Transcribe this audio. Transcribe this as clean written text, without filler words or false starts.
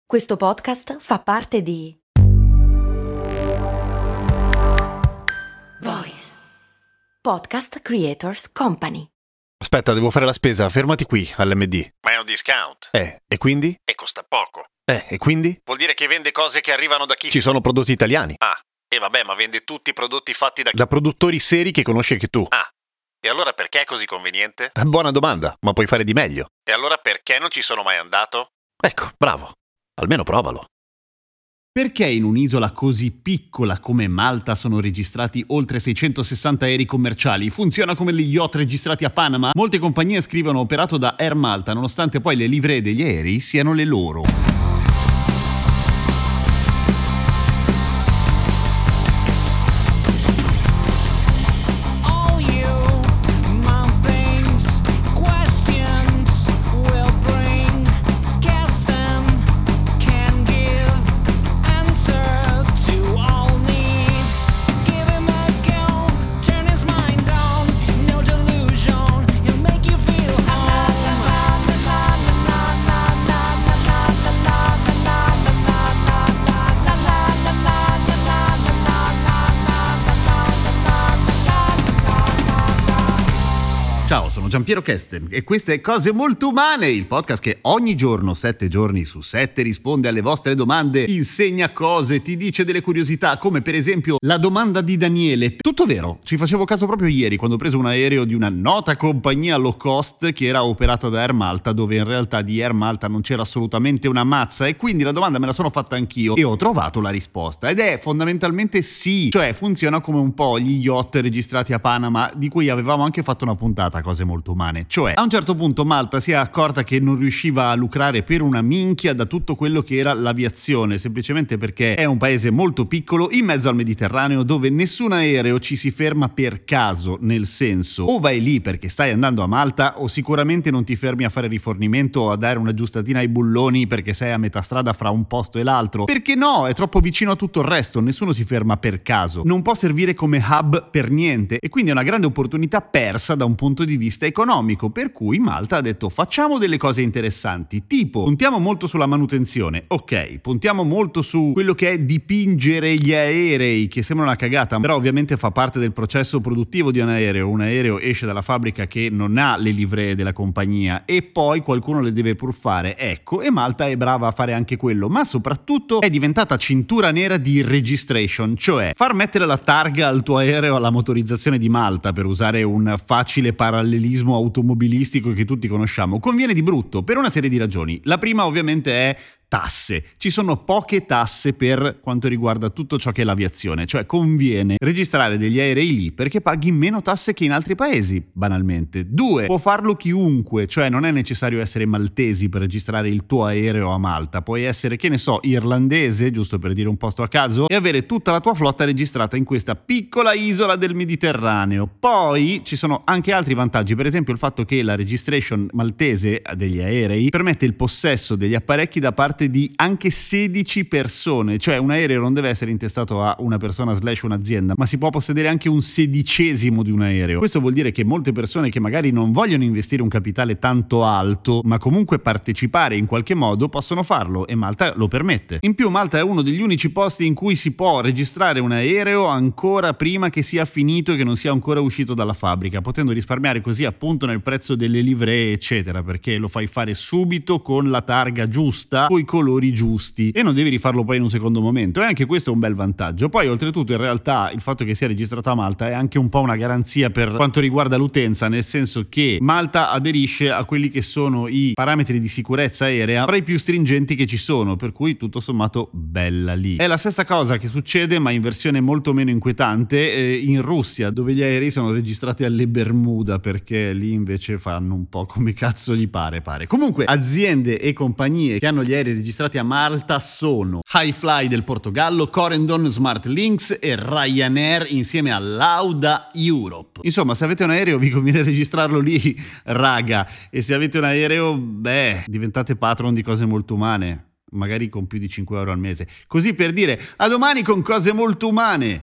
Questo podcast fa parte di Voice Podcast Creators Company. Aspetta, devo fare la spesa, fermati qui all'MD. Ma è un discount. E quindi? E costa poco. E quindi? Vuol dire che vende cose che arrivano da chi? Ci sono prodotti italiani. Ah, e vabbè, ma vende tutti i prodotti fatti da chi? Da produttori seri che conosci anche tu. Ah, e allora perché è così conveniente? Buona domanda, ma puoi fare di meglio. E allora perché non ci sono mai andato? Ecco, bravo. Almeno provalo. Perché in un'isola così piccola come Malta sono registrati oltre 660 aerei commerciali? Funziona come gli yacht registrati a Panama? Molte compagnie scrivono operato da Air Malta, nonostante poi le livree degli aerei siano le loro. Ciao, sono Giampiero Kesten e queste è Cose Molto Umane, il podcast che ogni giorno, 7 giorni su 7, risponde alle vostre domande, insegna cose, ti dice delle curiosità, come per esempio la domanda di Daniele. Tutto vero, ci facevo caso proprio ieri quando ho preso un aereo di una nota compagnia low cost che era operata da Air Malta, dove in realtà di Air Malta non c'era assolutamente una mazza, e quindi la domanda me la sono fatta anch'io e ho trovato la risposta, ed è fondamentalmente sì, cioè funziona come un po' gli yacht registrati a Panama, di cui avevamo anche fatto una puntata Cose Molto Umane. Cioè, a un certo punto Malta si è accorta che non riusciva a lucrare per una minchia da tutto quello che era l'aviazione, semplicemente perché è un paese molto piccolo in mezzo al Mediterraneo, dove nessun aereo ci si ferma per caso, nel senso, o vai lì perché stai andando a Malta, o sicuramente non ti fermi a fare rifornimento o a dare una giustatina ai bulloni perché sei a metà strada fra un posto e l'altro, perché no, è troppo vicino a tutto il resto, nessuno si ferma per caso, non può servire come hub per niente, e quindi è una grande opportunità persa da un punto di vista economico, per cui Malta ha detto facciamo delle cose interessanti, tipo puntiamo molto sulla manutenzione, ok, puntiamo molto su quello che è dipingere gli aerei, che sembra una cagata, però ovviamente fa parte del processo produttivo di un aereo esce dalla fabbrica che non ha le livree della compagnia e poi qualcuno le deve pur fare, ecco, e Malta è brava a fare anche quello, ma soprattutto è diventata cintura nera di registration, cioè far mettere la targa al tuo aereo alla motorizzazione di Malta, per usare un facile parallelismo automobilistico che tutti conosciamo, conviene di brutto per una serie di ragioni. La prima ovviamente è tasse. Ci sono poche tasse per quanto riguarda tutto ciò che è l'aviazione, cioè conviene registrare degli aerei lì perché paghi meno tasse che in altri paesi, banalmente. 2, può farlo chiunque, cioè non è necessario essere maltesi per registrare il tuo aereo a Malta, puoi essere, che ne so, irlandese, giusto per dire un posto a caso, e avere tutta la tua flotta registrata in questa piccola isola del Mediterraneo. Poi ci sono anche altri vantaggi, per esempio il fatto che la registration maltese degli aerei permette il possesso degli apparecchi da parte di anche 16 persone, cioè un aereo non deve essere intestato a una persona / un'azienda, ma si può possedere anche un 16° di un aereo. Questo vuol dire che molte persone che magari non vogliono investire un capitale tanto alto, ma comunque partecipare in qualche modo, possono farlo, e Malta lo permette. In più Malta è uno degli unici posti in cui si può registrare un aereo ancora prima che sia finito e che non sia ancora uscito dalla fabbrica, potendo risparmiare così appunto nel prezzo delle livree eccetera, perché lo fai fare subito con la targa giusta, coi colori giusti, e non devi rifarlo poi in un secondo momento, e anche questo è un bel vantaggio. Poi oltretutto in realtà il fatto che sia registrato a Malta è anche un po' una garanzia per quanto riguarda l'utenza, nel senso che Malta aderisce a quelli che sono i parametri di sicurezza aerea tra i più stringenti che ci sono, per cui tutto sommato bella lì. È la stessa cosa che succede, ma in versione molto meno inquietante, in Russia, dove gli aerei sono registrati alle Bermuda, perché lì invece fanno un po' come cazzo gli pare. Comunque aziende e compagnie che hanno gli aerei registrati a Malta sono Highfly del Portogallo, Corendon, SmartLynx e Ryanair insieme a Lauda Europe. Insomma, se avete un aereo vi conviene registrarlo lì, raga, e se avete un aereo, diventate patron di Cose Molto Umane, magari con più di 5 euro al mese. Così per dire, a domani con Cose Molto Umane!